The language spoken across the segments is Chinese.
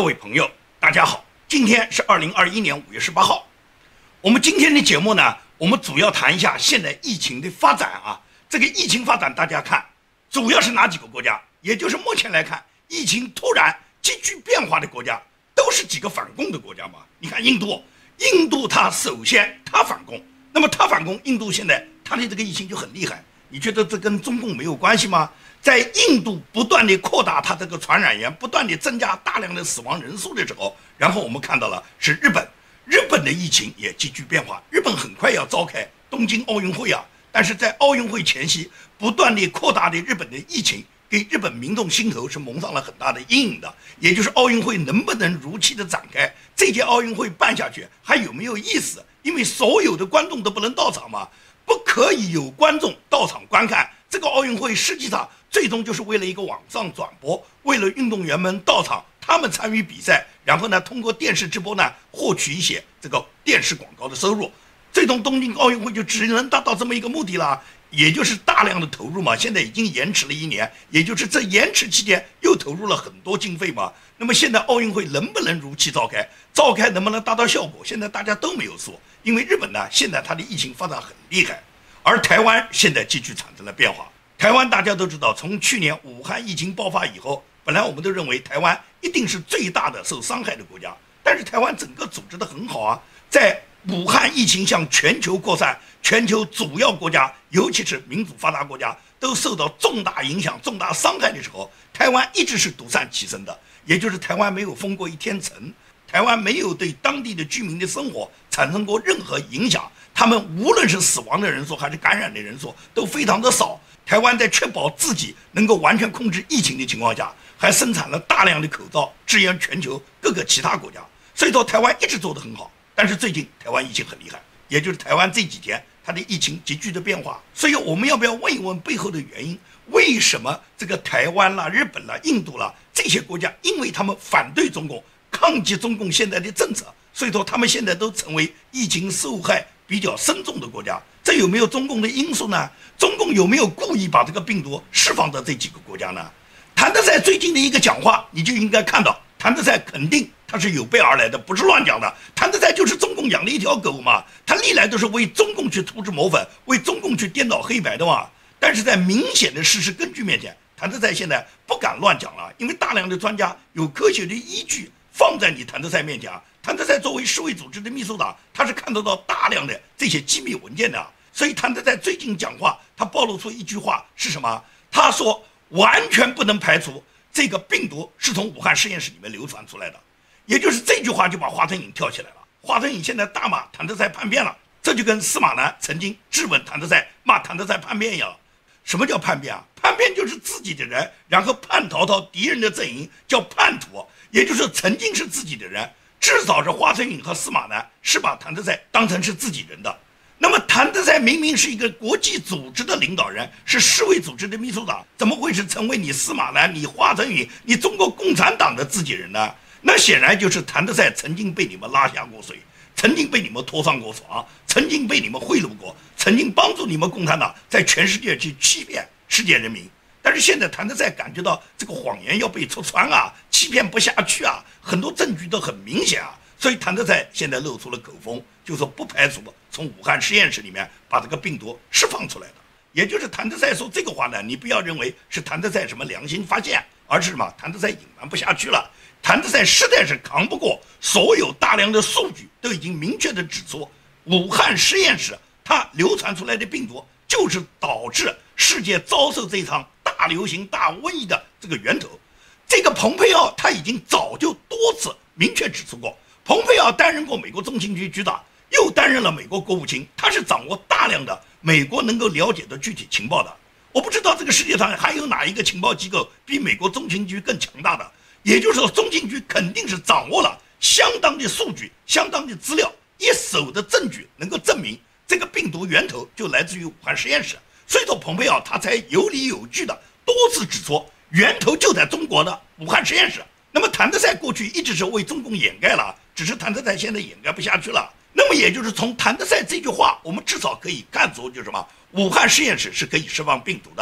位朋友，大家好，今天是2021年5月18号。我们今天的节目呢，我们主要谈一下现在疫情的发展啊。这个疫情发展，大家看，主要是哪几个国家？也就是目前来看，疫情突然急剧变化的国家，都是几个反共的国家嘛。你看印度它首先它反共，那么它反共，印度现在它的这个疫情就很厉害。你觉得这跟中共没有关系吗？在印度不断地扩大它这个传染源，不断地增加大量的死亡人数的时候，然后我们看到了是日本的疫情也急剧变化。日本很快要召开东京奥运会啊，但是在奥运会前夕不断地扩大的日本的疫情，给日本民众心头是蒙上了很大的阴影的。也就是奥运会能不能如期的展开，这届奥运会办下去还有没有意思？因为所有的观众都不能到场嘛，不可以有观众到场观看这个奥运会，实际上最终就是为了一个网上转播，为了运动员们到场，他们参与比赛，然后呢通过电视直播呢获取一些这个电视广告的收入，最终东京奥运会就只能达到这么一个目的了，也就是大量的投入嘛。现在已经延迟了1年，也就是这延迟期间又投入了很多经费嘛。那么现在奥运会能不能如期召开能不能达到效果，现在大家都没有说。因为日本呢现在它的疫情发展很厉害，而台湾现在急剧产生了变化。台湾大家都知道，从去年武汉疫情爆发以后，本来我们都认为台湾一定是最大的受伤害的国家，但是台湾整个组织得很好啊。在武汉疫情向全球扩散，全球主要国家，尤其是民主发达国家都受到重大影响、重大伤害的时候，台湾一直是独善其身的，也就是台湾没有封过一天城，台湾没有对当地的居民的生活产生过任何影响，他们无论是死亡的人数还是感染的人数都非常的少。台湾在确保自己能够完全控制疫情的情况下，还生产了大量的口罩，支援全球各个其他国家。所以说台湾一直做得很好，但是最近台湾疫情很厉害，也就是台湾这几天它的疫情急剧的变化。所以我们要不要问一问背后的原因？为什么这个台湾啦、日本啦、印度啦这些国家，因为他们反对中共、抗击中共现在的政策，所以说他们现在都成为疫情受害比较深重的国家。这有没有中共的因素呢？中共有没有故意把这个病毒释放到这几个国家呢？谭德赛最近的一个讲话，你就应该看到，谭德赛肯定他是有备而来的，不是乱讲的。谭德赛就是中共养的一条狗嘛，他历来都是为中共去涂脂抹粉，为中共去颠倒黑白的嘛。但是在明显的事实根据面前，谭德赛现在不敢乱讲了，因为大量的专家有科学的依据放在你谭德赛面前啊。谭德赛作为世卫组织的秘书长，他是看得到大量的这些机密文件的。所以谭德赛最近讲话，他暴露出一句话是什么？他说完全不能排除这个病毒是从武汉实验室里面流传出来的。也就是这句话就把华春莹跳起来了。华春莹现在大骂谭德赛叛变了，这就跟司马南曾经质问谭德赛、骂谭德赛叛变一样。什么叫叛变啊？叛变就是自己的人，然后叛逃到敌人的阵营，叫叛徒。也就是曾经是自己的人，至少是华春莹和司马南是把谭德赛当成是自己人的。那么谭德赛明明是一个国际组织的领导人，是世卫组织的秘书长，怎么会是成为你司马南、你华春莹、你中国共产党的自己人呢？那显然就是谭德赛曾经被你们拉下过水，曾经被你们拖上过床，曾经被你们贿赂过，曾经帮助你们共产党在全世界去欺骗世界人民。但是现在谭德赛感觉到这个谎言要被戳穿啊，欺骗不下去啊，很多证据都很明显啊。所以谭德赛现在露出了口风，就说不排除从武汉实验室里面把这个病毒释放出来的。也就是谭德赛说这个话呢，你不要认为是谭德赛什么良心发现，而是什么谭德赛隐瞒不下去了。谭德赛实在是扛不过，所有大量的数据都已经明确的指出，武汉实验室它流传出来的病毒就是导致世界遭受这场大流行、大瘟疫的这个源头。这个蓬佩奥他已经早就多次明确指出过。蓬佩奥担任过美国中情局局长，又担任了美国国务卿，他是掌握大量的美国能够了解的具体情报的。我不知道这个世界上还有哪一个情报机构比美国中情局更强大的，也就是说中情局肯定是掌握了相当的数据、相当的资料，一手的证据能够证明这个病毒源头就来自于武汉实验室。所以说蓬佩奥他才有理有据的多次指出源头就在中国的武汉实验室。那么谭德赛过去一直是为中共掩盖了，只是谭德赛现在掩盖不下去了。那么也就是从谭德赛这句话，我们至少可以看出就是什么，武汉实验室是可以释放病毒的。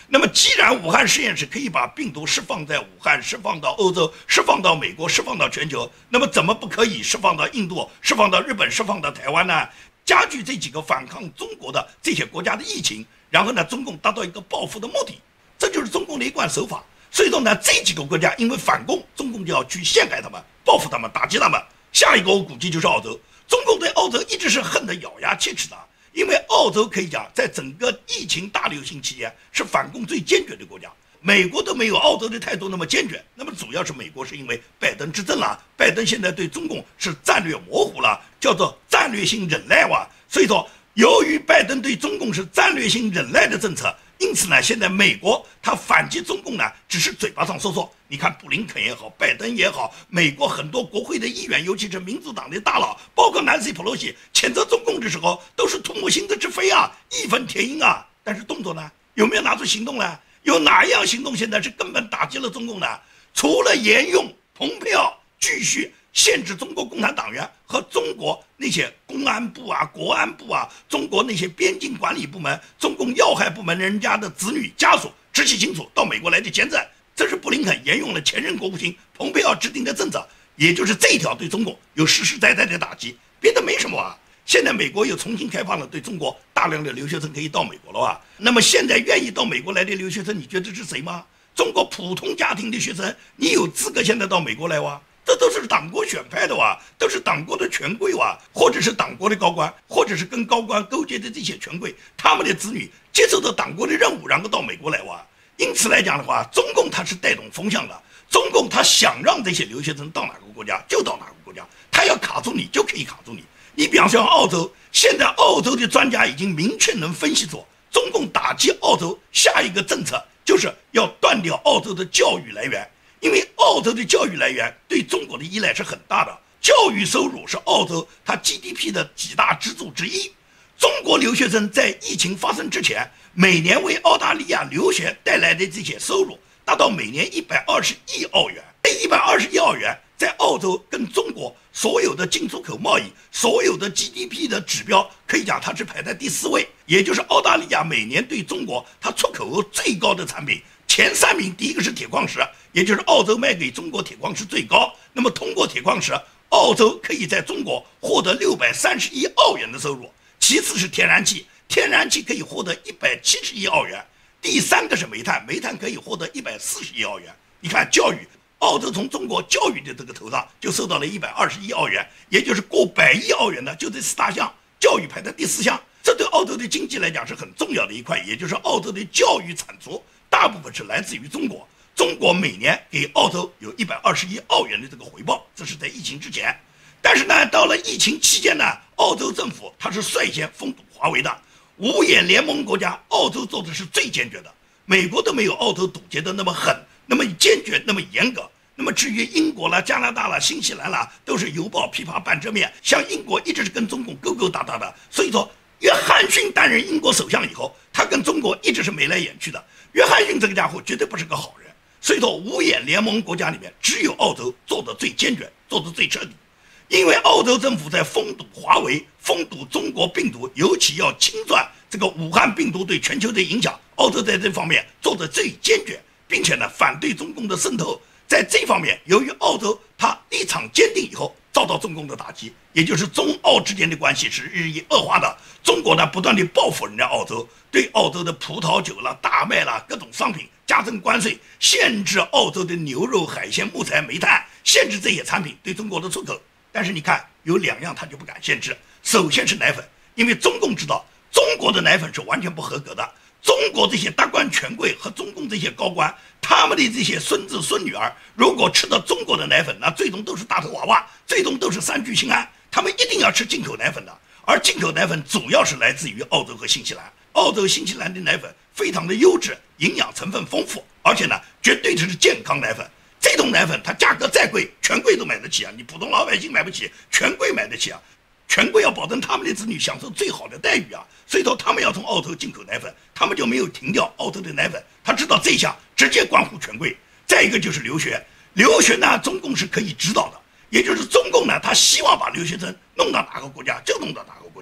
那么既然武汉实验室可以把病毒释放在武汉，释放到欧洲，释放到美国，释放到全球，那么怎么不可以释放到印度，释放到日本，释放到台湾呢？加剧这几个反抗中国的这些国家的疫情，然后呢，中共达到一个报复的目的，这就是中共的一贯手法。所以说呢，这几个国家因为反共，中共就要去陷害他们，报复他们，打击他们。下一个我估计就是澳洲，中共对澳洲一直是恨得咬牙切齿的。因为澳洲可以讲，在整个疫情大流行期间是反共最坚决的国家，美国都没有澳洲的态度那么坚决。那么主要是美国是因为拜登执政了，拜登现在对中共是战略模糊了，叫做战略性忍耐哇。所以说，由于拜登对中共是战略性忍耐的政策，因此呢，现在美国他反击中共呢，只是嘴巴上说说。你看布林肯也好，拜登也好，美国很多国会的议员，尤其是民主党的大佬，包括南希·普洛西，谴责中共的时候，都是唾沫星子之非啊，义愤填膺啊。但是动作呢，有没有拿出行动呢？有哪一样行动现在是根本打击了中共呢？除了沿用蓬佩奥继续限制中国共产党员和中国那些公安部啊、国安部啊、中国那些边境管理部门、中共要害部门人家的子女家属直系亲属到美国来的签证，这是布林肯沿用了前任国务卿蓬佩奥制定的政策，也就是这一条对中共有实实在在的打击，别的没什么啊。现在美国又重新开放了对中国大量的留学生可以到美国了啊。那么现在愿意到美国来的留学生，你觉得是谁吗？中国普通家庭的学生，你有资格现在到美国来哇？这都是党国选派的哇，都是党国的权贵哇，或者是党国的高官，或者是跟高官勾结的这些权贵，他们的子女接受到党国的任务，然后到美国来哇。因此来讲的话，中共他是带动风向的，中共他想让这些留学生到哪个国家就到哪个国家，他要卡住你就可以卡住你。你比方说澳洲，现在澳洲的专家已经明确能分析出，中共打击澳洲下一个政策就是要断掉澳洲的教育来源，因为澳洲的教育来源对中国的依赖是很大的，教育收入是澳洲它 GDP 的几大支柱之一。中国留学生在疫情发生之前，每年为澳大利亚留学带来的这些收入达到每年120亿澳元。这120亿澳元在澳洲跟中国所有的进出口贸易、所有的 GDP 的指标，可以讲它是排在第4位，也就是澳大利亚每年对中国它出口额最高的产品前3名，第一个是铁矿石，也就是澳洲卖给中国铁矿石最高。那么通过铁矿石，澳洲可以在中国获得630亿澳元的收入。其次是天然气，天然气可以获得170亿澳元。第3个是煤炭，煤炭可以获得140亿澳元。你看教育，澳洲从中国教育的这个头上就收到了120亿澳元，也就是过100亿澳元的，就这4大项，教育排在第4项。这对澳洲的经济来讲是很重要的一块，也就是澳洲的教育产出大部分是来自于中国。中国每年给澳洲有120亿澳元的这个回报，这是在疫情之前。但是呢，到了疫情期间呢，澳洲政府它是率先封堵华为的。五眼联盟国家，澳洲做的是最坚决的，美国都没有澳洲堵截的那么狠，那么坚决，那么严格。那么至于英国啦、加拿大啦、新西兰啦，都是犹抱琵琶半遮面。像英国一直是跟中共勾勾搭搭的，所以说约翰逊担任英国首相以后，他跟中国一直是眉来眼去的。约翰逊这个家伙绝对不是个好人，所以说五眼联盟国家里面只有澳洲做的最坚决，做的最彻底。因为澳洲政府在封堵华为、封堵中国病毒，尤其要清算这个武汉病毒对全球的影响，澳洲在这方面做得最坚决，并且呢反对中共的渗透。在这方面，由于澳洲它立场坚定以后，遭到中共的打击，也就是中澳之间的关系是日益恶化的。中国呢不断地报复人家澳洲，对澳洲的葡萄酒啦、大麦啦各种商品加征关税，限制澳洲的牛肉、海鲜、木材、煤炭，限制这些产品对中国的出口。但是你看，有2样他就不敢限制。首先是奶粉，因为中共知道中国的奶粉是完全不合格的。中国这些达官权贵和中共这些高官，他们的这些孙子孙女儿，如果吃到中国的奶粉，那最终都是大头娃娃，最终都是3聚氰胺。他们一定要吃进口奶粉的，而进口奶粉主要是来自于澳洲和新西兰。澳洲、新西兰的奶粉非常的优质，营养成分丰富，而且呢，绝对是健康奶粉。这种奶粉它价格再贵，权贵都买得起啊！你普通老百姓买不起，权贵买得起啊！权贵要保证他们的子女享受最好的待遇啊，所以说他们要从澳洲进口奶粉，他们就没有停掉澳洲的奶粉。他知道这一项直接关乎权贵。再一个就是留学，留学呢，中共是可以指导的，也就是中共呢，他希望把留学生弄到哪个国家就弄到哪个国家。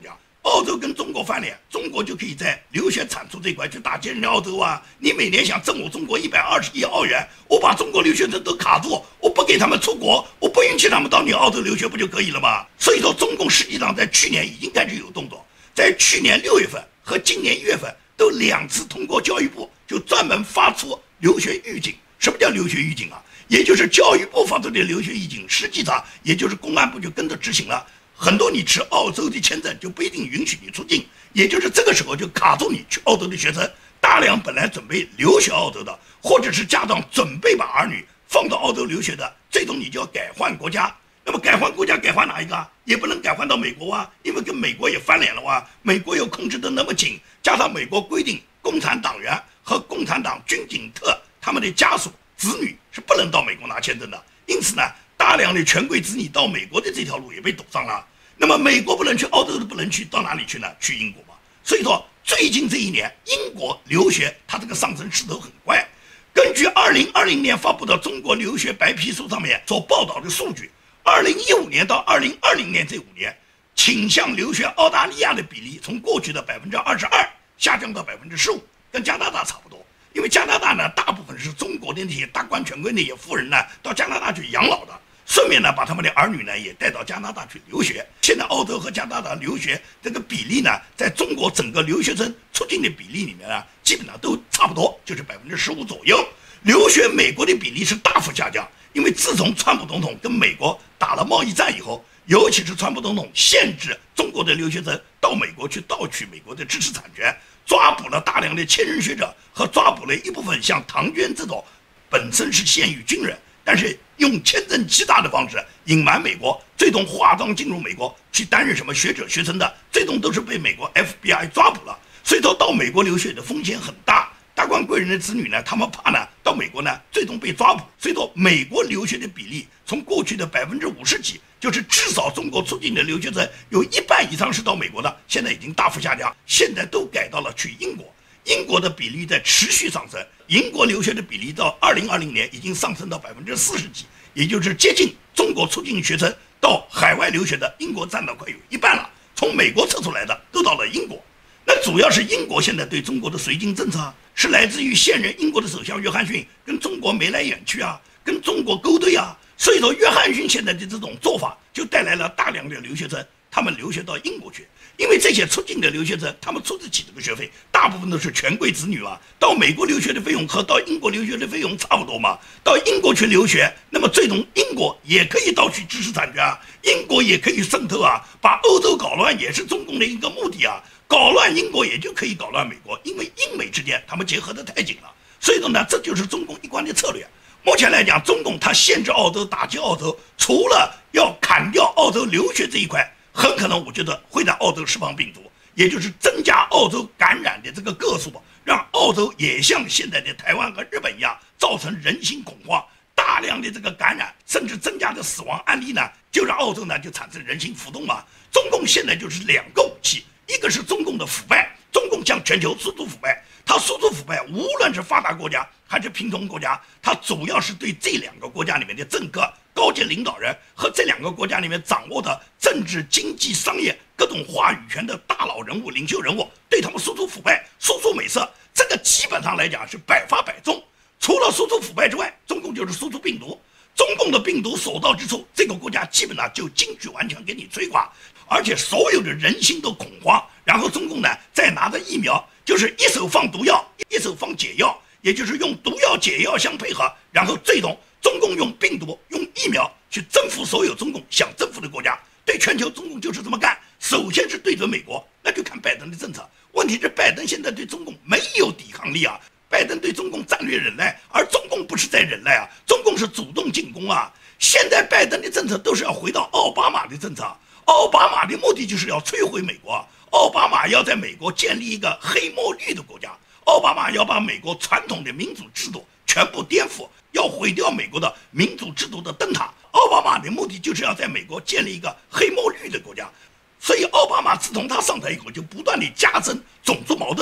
澳洲跟中国翻脸，中国就可以在留学产出这一块去打击人家澳洲啊！你每年想挣我中国120亿澳元，我把中国留学生都卡住，我不给他们出国，我不允许他们到你澳洲留学，不就可以了吗？所以说，中共实际上在去年已经开始有动作，在去年6月份和今年1月份都2次通过教育部就专门发出留学预警。什么叫留学预警啊？也就是教育部发出的留学预警，实际上也就是公安部就跟着执行了。很多你持澳洲的签证就不一定允许你出境，也就是这个时候就卡住你去澳洲的学生，大量本来准备留学澳洲的，或者是家长准备把儿女放到澳洲留学的，最终你就要改换国家。那么改换国家改换哪一个啊？也不能改换到美国啊，因为跟美国也翻脸了啊。美国又控制得那么紧，加上美国规定共产党员和共产党军警特他们的家属子女是不能到美国拿签证的，因此呢，大量的权贵子女到美国的这条路也被堵上了。那么美国不能去，澳洲都不能去，到哪里去呢？去英国嘛。所以说，最近这一年，英国留学它这个上升势头很快。根据2020年发布的中国留学白皮书上面所报道的数据，2015年到2020年这5年，倾向留学澳大利亚的比例从过去的22%下降到15%，跟加拿大差不多。因为加拿大呢，大部分是中国的那些大官权贵那些富人呢，到加拿大去养老的。顺便呢，把他们的儿女呢也带到加拿大去留学。现在澳洲和加拿大留学这个比例呢，在中国整个留学生出境的比例里面呢，基本上都差不多，就是15%左右。留学美国的比例是大幅下降，因为自从川普总统跟美国打了贸易战以后，尤其是川普总统限制中国的留学生到美国去盗取美国的知识产权，抓捕了大量的前任学者和抓捕了一部分像唐娟这种本身是现役军人，但是用签证欺诈的方式隐瞒美国，最终化妆进入美国去担任什么学者学生的，最终都是被美国 FBI 抓捕了。所以说到美国留学的风险很大，达官贵人的子女呢，他们怕呢到美国呢最终被抓捕。所以说美国留学的比例从过去的50%几，就是至少中国出境的留学生有1半以上是到美国的，现在已经大幅下降，现在都改到了去英国。英国的比例在持续上升，英国留学的比例到2020年已经上升到40%几，也就是接近中国出境学生到海外留学的，英国占到快有1半了。从美国撤出来的都到了英国，那主要是英国现在对中国的绥靖政策是来自于现任英国的首相约翰逊跟中国眉来眼去啊，跟中国勾兑啊，所以说约翰逊现在的这种做法就带来了大量的留学生，他们留学到英国去。因为这些出境的留学生，他们出得起这个学费，大部分都是权贵子女啊。到美国留学的费用和到英国留学的费用差不多嘛。到英国去留学，那么最终英国也可以盗取知识产权啊，英国也可以渗透啊，把欧洲搞乱也是中共的一个目的啊。搞乱英国也就可以搞乱美国，因为英美之间他们结合得太紧了。所以说呢，这就是中共一贯的策略。目前来讲，中共它限制澳洲、打击澳洲，除了要砍掉澳洲留学这一块，很可能我觉得会在澳洲释放病毒，也就是增加澳洲感染的这个个数，让澳洲也像现在的台湾和日本一样，造成人心恐慌，大量的这个感染，甚至增加的死亡案例呢，就让澳洲呢就产生人心浮动嘛。中共现在就是2个武器，一个是中共的腐败，中共向全球输出腐败，它输出腐败，无论是发达国家还是贫穷国家，它主要是对这2个国家里面的政客、高级领导人和这2个国家里面掌握的政治、经济、商业各种话语权的大佬人物、领袖人物，对他们输出腐败、输出美色，这个基本上来讲是百发百中。除了输出腐败之外，中共就是输出病毒。中共的病毒所到之处，这个国家基本上就轻举完强给你摧垮，而且所有的人心都恐慌。然后中共呢，再拿着疫苗，就是一手放毒药，一手放解药，也就是用毒药解药相配合，然后最终中共用病毒、用疫苗去征服所有中共想征服的国家。对全球，中共就是这么干。首先是对准美国，那就看拜登的政策。问题是拜登现在对中共没有抵抗力啊，拜登对中共战略忍耐，而中共不是在忍耐啊，中共是主动进攻啊。现在拜登的政策都是要回到奥巴马的政策，奥巴马的目的就是要摧毁美国，奥巴马要在美国建立一个黑墨绿的国家，奥巴马要把美国传统的民主制度全部颠覆，要毁掉美国的民主制度的灯塔。奥巴马的目的就是要在美国建立一个黑墨绿的国家。所以奥巴马自从他上台以后，就不断地加深种族矛盾，他把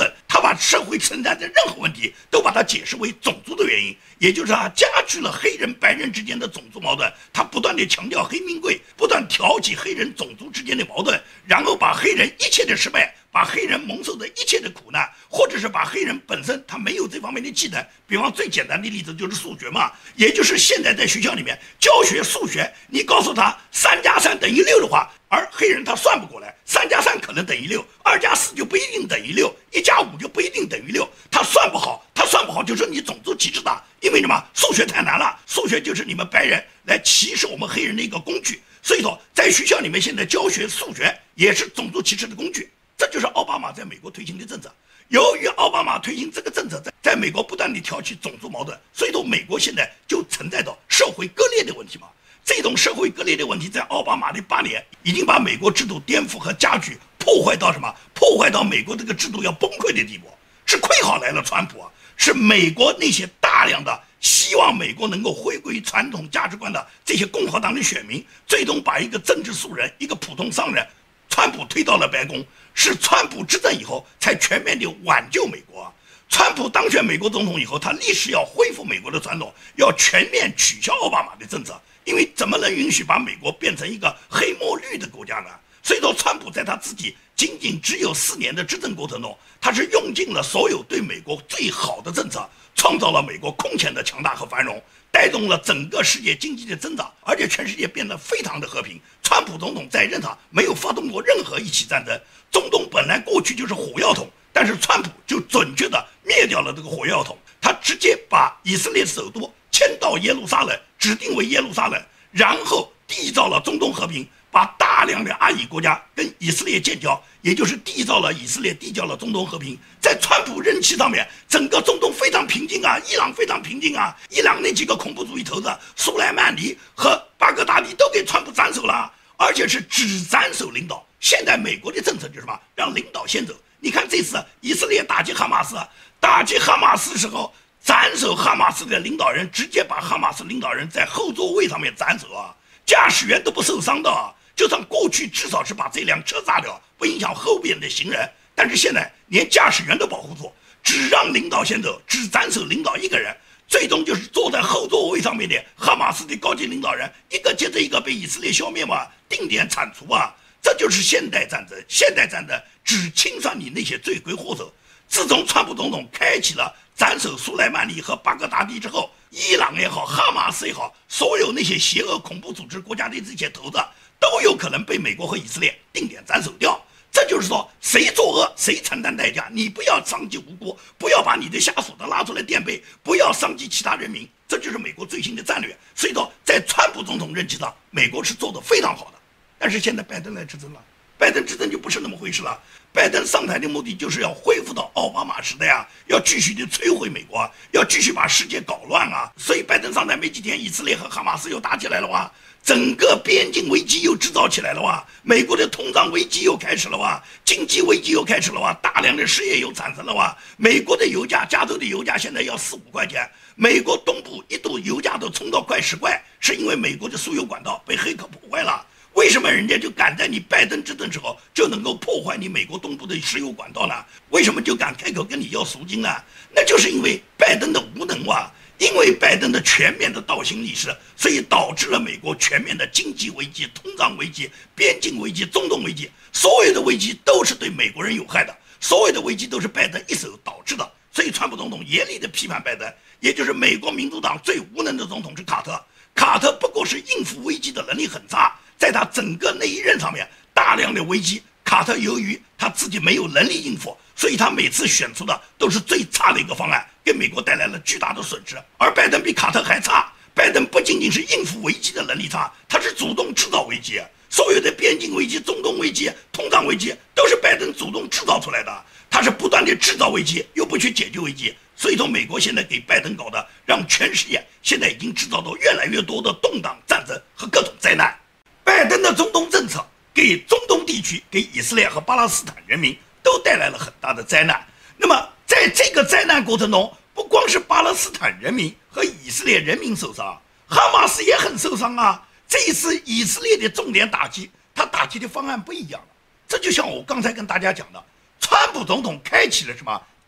把社会存在的任何问题都把它解释为种族的原因，也就是加剧了黑人白人之间的种族矛盾。他不断地强调黑名贵，不断挑起黑人种族之间的矛盾，然后把黑人一切的失败，把黑人蒙受的一切的苦难，或者是把黑人本身他没有这方面的技能。比方最简单的例子就是数学嘛，也就是现在在学校里面教学数学，你告诉他3+3等于6的话，而黑人他算不过来，3+3可能等于6，2+4就不一定等于6，1+5就不一定等于6，他算不好就是你种族歧视他，因为什么？数学太难了，数学就是你们白人来歧视我们黑人的一个工具。所以说，在学校里面现在教学数学也是种族歧视的工具，这就是奥巴马在美国推行的政策。由于奥巴马推行这个政策，在美国不断地挑起种族矛盾，所以说美国现在就存在着社会割裂的问题嘛。这种社会割裂的问题，在奥巴马的8年已经把美国制度颠覆和加剧，破坏到什么？破坏到美国这个制度要崩溃的地步。是亏好来了，川普啊，是美国那些大量的希望美国能够回归传统价值观的这些共和党的选民，最终把一个政治素人，一个普通商人，川普推到了白宫。是川普执政以后才全面地挽救美国。川普当选美国总统以后，他立誓要恢复美国的传统，要全面取消奥巴马的政策，因为怎么能允许把美国变成一个黑墨绿的国家呢？所以说，川普在他自己仅仅只有4年的执政过程中，他是用尽了所有对美国最好的政策，创造了美国空前的强大和繁荣，带动了整个世界经济的增长，而且全世界变得非常的和平。川普总统在任上没有发动过任何一起战争，中东本来过去就是火药桶，但是川普就准确地灭掉了这个火药桶，他直接把以色列首都迁到耶路撒冷，指定为耶路撒冷，然后缔造了中东和平，把大量的阿裔国家跟以色列建交，也就是缔造了以色列，缔造了中东和平。在川普任期上面，整个中东非常平静啊，伊朗非常平静啊，伊朗那几个恐怖主义头子苏莱曼尼和巴格达迪都给川普斩首了，而且是只斩首领导。现在美国的政策就是什么？让领导先走。你看这次以色列打击哈马斯，打击哈马斯的时候，斩首哈马斯的领导人，直接把哈马斯领导人在后座位上面斩首啊，驾驶员都不受伤的啊。就算过去至少是把这辆车炸掉，不影响后边的行人，但是现在连驾驶员都保护住，只让领导先走，只斩首领导一个人，最终就是坐在后座位上面的哈马斯的高级领导人一个接着一个被以色列消灭嘛，定点铲除啊。这就是现代战争，现代战争只清算你那些罪魁祸首。自从川普总统开启了斩首苏莱曼尼和巴格达迪之后，伊朗也好，哈马斯也好，所有那些邪恶恐怖组织国家的这些头子都有可能被美国和以色列定点斩首掉。这就是说，谁作恶谁承担代价，你不要伤及无辜，不要把你的下属的拉出来垫背，不要伤及其他人民，这就是美国最新的战略。所以说，在川普总统任期上，美国是做得非常好的。但是现在拜登来执政了，拜登执政就不是那么回事了。拜登上台的目的就是要恢复到奥巴马时代啊，要继续的摧毁美国，要继续把世界搞乱啊。所以拜登上台没几天，以色列和哈马斯又打起来了哇，整个边境危机又制造起来了哇，美国的通胀危机又开始了哇，经济危机又开始了哇，大量的失业又产生了哇。美国的油价，加州的油价现在要4-5块钱，美国东部一度油价都冲到快10块，是因为美国的输油管道被黑客破坏了。为什么人家就敢在你拜登执政时候就能够破坏你美国东部的石油管道呢？为什么就敢开口跟你要赎金呢？那就是因为拜登的无能哇，因为拜登的全面的倒行逆施，所以导致了美国全面的经济危机、通胀危机、边境危机、中东危机，所有的危机都是对美国人有害的，所有的危机都是拜登一手导致的。所以川普总统严厉的批判拜登，也就是美国民主党最无能的总统是卡特，卡特不过是应付危机的能力很差。在他整个那一任上面，大量的危机，卡特由于他自己没有能力应付，所以他每次选出的都是最差的一个方案，给美国带来了巨大的损失。而拜登比卡特还差，拜登不仅仅是应付危机的能力差，他是主动制造危机，所有的边境危机、中东危机、通胀危机都是拜登主动制造出来的，他是不断的制造危机，又不去解决危机。所以说，美国现在给拜登搞的，让全世界现在已经制造到越来越多的动荡、战争和各种灾难。拜登的中东政策给中东地区、给以色列和巴勒斯坦人民都带来了很大的灾难。那么，在这个灾难过程中，不光是巴勒斯坦人民和以色列人民受伤，哈马斯也很受伤啊。这一次以色列的重点打击，他打击的方案不一样了。这就像我刚才跟大家讲的，川普总统开启了什么？第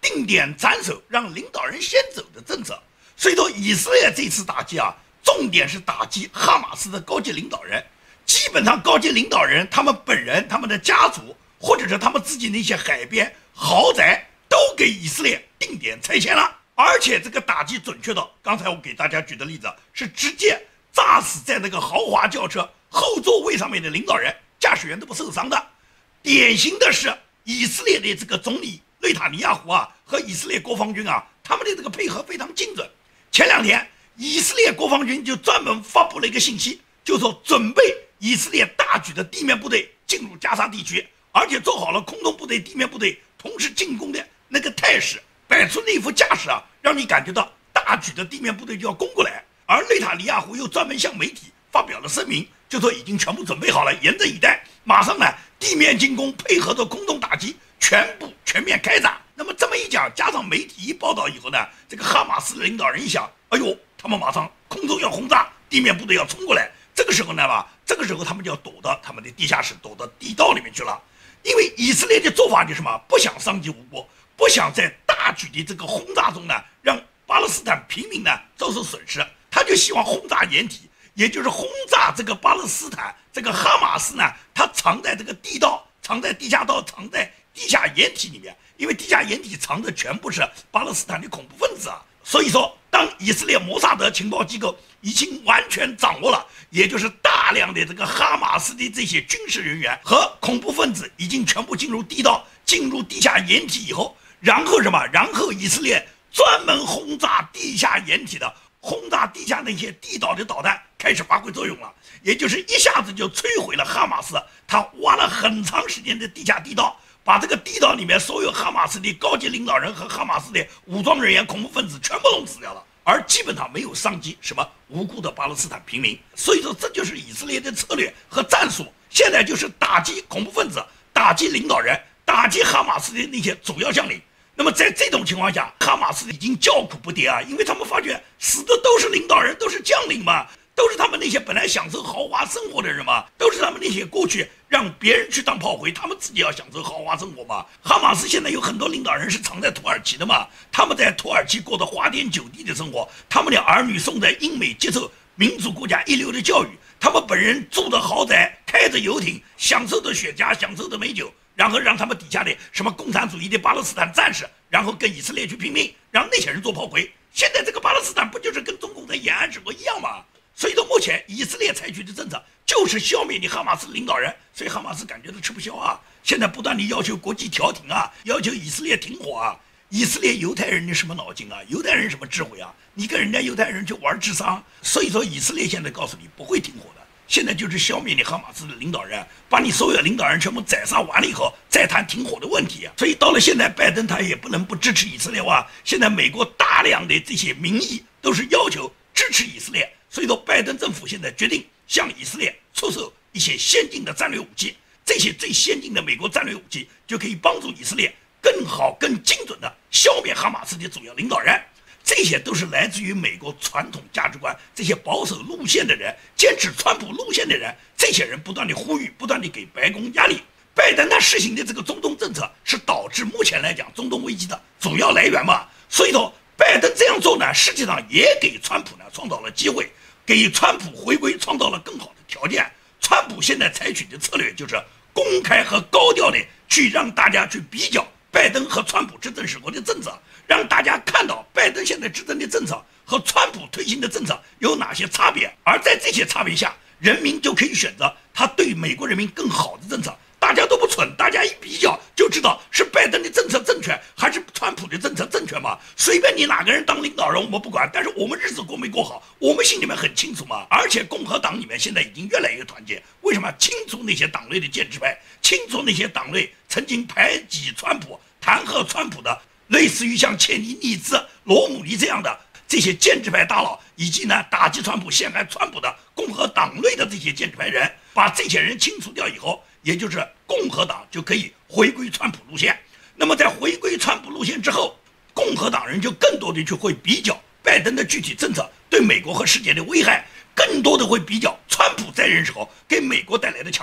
定点斩首，让领导人先走的政策。所以说，以色列这次打击啊，重点是打击哈马斯的高级领导人。基本上，高级领导人他们本人、他们的家族，或者是他们自己那些海边豪宅，都给以色列定点拆迁了。而且这个打击准确到，刚才我给大家举的例子是直接炸死在那个豪华轿车后座位上面的领导人，驾驶员都不受伤的。典型的是以色列的这个总理内塔尼亚胡啊和以色列国防军啊，他们的这个配合非常精准。前2天，以色列国防军就专门发布了一个信息，就说准备以色列大举的地面部队进入加沙地区，而且做好了空中部队、地面部队同时进攻的那个态势，摆出那副架势啊，让你感觉到大举的地面部队就要攻过来。而内塔尼亚胡又专门向媒体发表了声明，就说已经全部准备好了，严阵以待，马上呢地面进攻配合着空中打击，全面开展。那么这么一讲，加上媒体一报道以后呢，这个哈马斯的领导人一想，哎呦，他们马上空中要轰炸，地面部队要冲过来。这个时候呢这个时候他们就要躲到他们的地下室，躲到地道里面去了。因为以色列的做法就是什么？不想伤及无辜，不想在大举的这个轰炸中呢，让巴勒斯坦平民呢遭受损失，他就希望轰炸掩体，也就是轰炸这个巴勒斯坦这个哈马斯呢，他藏在这个地道，藏在地下道，藏在地下掩体里面，因为地下掩体藏的全部是巴勒斯坦的恐怖分子啊。所以说，当以色列摩萨德情报机构已经完全掌握了，也就是大量的这个哈马斯的这些军事人员和恐怖分子已经全部进入地道、进入地下掩体以后，然后什么？然后以色列专门轰炸地下掩体的、轰炸地下那些地道的导弹开始发挥作用了，也就是一下子就摧毁了哈马斯他挖了很长时间的地下地道，把这个地道里面所有哈马斯的高级领导人和哈马斯的武装人员、恐怖分子全部弄死掉了，而基本上没有伤及什么无辜的巴勒斯坦平民。所以说，这就是以色列的策略和战术，现在就是打击恐怖分子、打击领导人、打击哈马斯的那些主要将领。那么在这种情况下，哈马斯已经叫苦不迭啊，因为他们发觉死的都是领导人，都是将领嘛，都是他们那些本来享受豪华生活的人嘛，都是他们那些过去让别人去当炮灰，他们自己要享受豪华生活嘛。哈马斯现在有很多领导人是藏在土耳其的嘛，他们在土耳其过的花天酒地的生活，他们的儿女送在英美接受民主国家一流的教育，他们本人住的豪宅，开着游艇，享受着雪茄，享受着美酒，然后让他们底下的什么共产主义的巴勒斯坦战士，然后跟以色列去拼命，让那些人做炮灰。现在这个巴勒斯坦不就是跟中共在延安时候一样吗？所以到目前以色列采取的政策就是消灭你哈马斯领导人，所以哈马斯感觉都吃不消啊，现在不断地要求国际调停啊，要求以色列停火啊。以色列犹太人的什么脑筋啊？犹太人什么智慧啊？你跟人家犹太人去玩智商，所以说以色列现在告诉你不会停火的，现在就是消灭你哈马斯的领导人，把你所有领导人全部宰杀完了以后，再谈停火的问题啊。所以到了现在，拜登他也不能不支持以色列哇。现在美国大量的这些民意都是要求支持以色列，所以说拜登政府现在决定向以色列出售一些先进的战略武器，这些最先进的美国战略武器就可以帮助以色列更好、更精准地消灭哈马斯的主要领导人。这些都是来自于美国传统价值观，这些保守路线的人，坚持川普路线的人，这些人不断地呼吁，不断地给白宫压力。拜登他实行的这个中东政策是导致目前来讲中东危机的主要来源嘛，所以说拜登这样做呢，实际上也给川普呢创造了机会，给川普回归创造了更好的条件。川普现在采取的策略就是公开和高调的去让大家去比较拜登和川普执政时候的政策，让大家看到拜登现在执政的政策和川普推行的政策有哪些差别，而在这些差别下，人民就可以选择他对美国人民更好的政策。大家都不蠢，大家一比较就知道是拜登的政策正确还是川普的政策正确嘛。随便你哪个人当领导人我们不管，但是我们日子过没过好我们心里面很清楚嘛。而且共和党里面现在已经越来越团结，为什么？清除那些党内的建制派，清除那些党内曾经排挤川普、弹劾川普的，类似于像切尼尼兹、罗姆尼这样的这些建制派大佬，以及呢打击川普、陷害川普的共和党内的这些建制派人，把这些人清除掉以后，也就是共和党就可以回归川普路线。那么在回归川普路线之后，共和党人就更多的去会比较拜登的具体政策对美国和世界的危害，更多的会比较川普在任时候给美国带来的强大，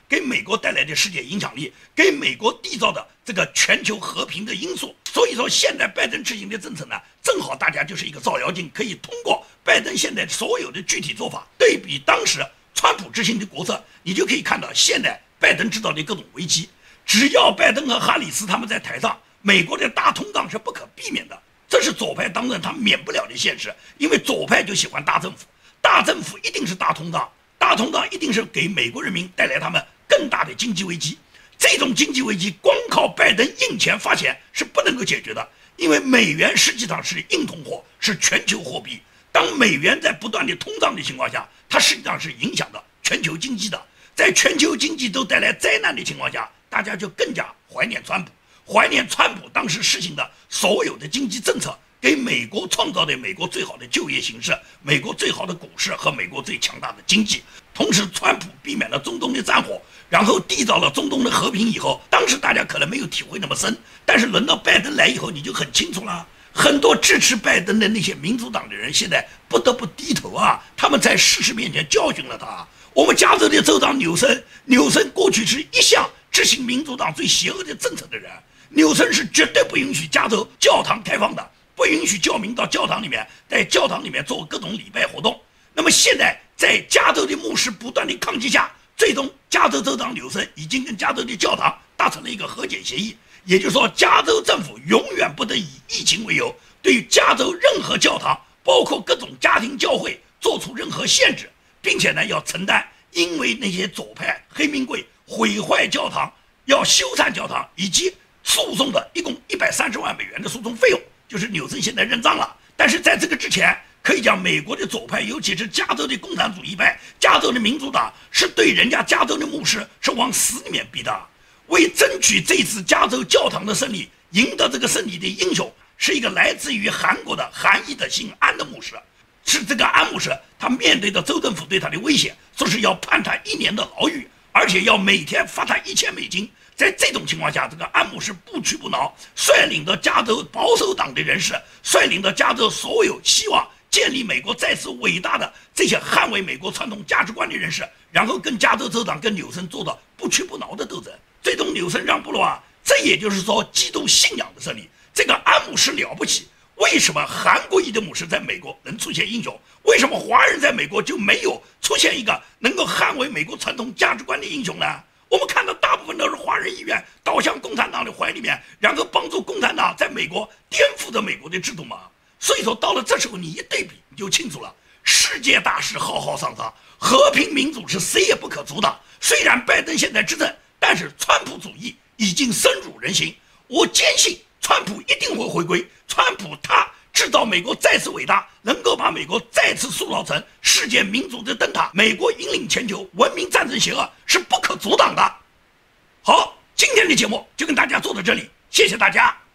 给美国带来的世界影响力，给美国缔造的这个全球和平的因素。所以说，现在拜登执行的政策呢，正好大家就是一个照妖镜，可以通过拜登现在所有的具体做法，对比当时川普执行的国策，你就可以看到现在拜登制造的各种危机。只要拜登和哈里斯他们在台上，美国的大通胀是不可避免的，这是左派当然他免不了的现实，因为左派就喜欢大政府，大政府一定是大通胀，大通胀一定是给美国人民带来他们更大的经济危机。这种经济危机光靠拜登印钱发钱是不能够解决的，因为美元实际上是硬通货，是全球货币。当美元在不断的通胀的情况下，它实际上是影响到全球经济的。在全球经济都带来灾难的情况下，大家就更加怀念川普，怀念川普当时实行的所有的经济政策，给美国创造的美国最好的就业形势，美国最好的股市和美国最强大的经济。同时，川普避免了中东的战火，然后缔造了中东的和平以后，当时大家可能没有体会那么深，但是轮到拜登来以后，你就很清楚了。很多支持拜登的那些民主党的人现在不得不低头啊，他们在事实面前教训了他。我们加州的州长纽森过去是一向执行民主党最邪恶的政策的人，纽森是绝对不允许加州教堂开放的，不允许教民到教堂里面，在教堂里面做各种礼拜活动。那么现在在加州的牧师不断的抗击下，最终加州州长纽森已经跟加州的教堂达成了一个和解协议，也就是说，加州政府永远不得以疫情为由，对于加州任何教堂，包括各种家庭教会做出任何限制，并且呢要承担因为那些左派黑名贵毁坏教堂、要修缮教堂以及诉讼的一共130万美元的诉讼费用，就是纽森现在认账了。但是在这个之前，可以讲美国的左派，尤其是加州的共产主义派、加州的民主党，是对人家加州的牧师是往死里面逼的。为争取这次加州教堂的胜利，赢得这个胜利的英雄是一个来自于韩国的韩裔的姓安的牧师。是这个安牧师，他面对着州政府对他的威胁，说是要判他1年的牢狱，而且要每天罚他$1000。在这种情况下，这个安牧师不屈不挠，率领着加州保守党的人士，率领着加州所有希望建立美国再次伟大的这些捍卫美国传统价值观的人士，然后跟加州州长跟纽森做的不屈不挠的斗争。最终纽森让步了啊，这也就是说基督信仰的胜利。这个安牧师了不起，为什么韩国裔的牧师在美国能出现英雄？为什么华人在美国就没有出现一个能够捍卫美国传统价值观的英雄呢？我们看到大部分都是华人议员倒向共产党的怀里面，然后帮助共产党在美国颠覆着美国的制度嘛。所以说到了这时候，你一对比你就清楚了，世界大势浩浩荡荡，和平民主是谁也不可阻挡。虽然拜登现在执政，但是川普主义已经深入人心，我坚信川普一定会回归。川普他制造美国再次伟大，能够把美国再次塑造成世界民主的灯塔，美国引领全球，文明战胜邪恶，是不可阻挡的。好，今天的节目就跟大家做到这里，谢谢大家。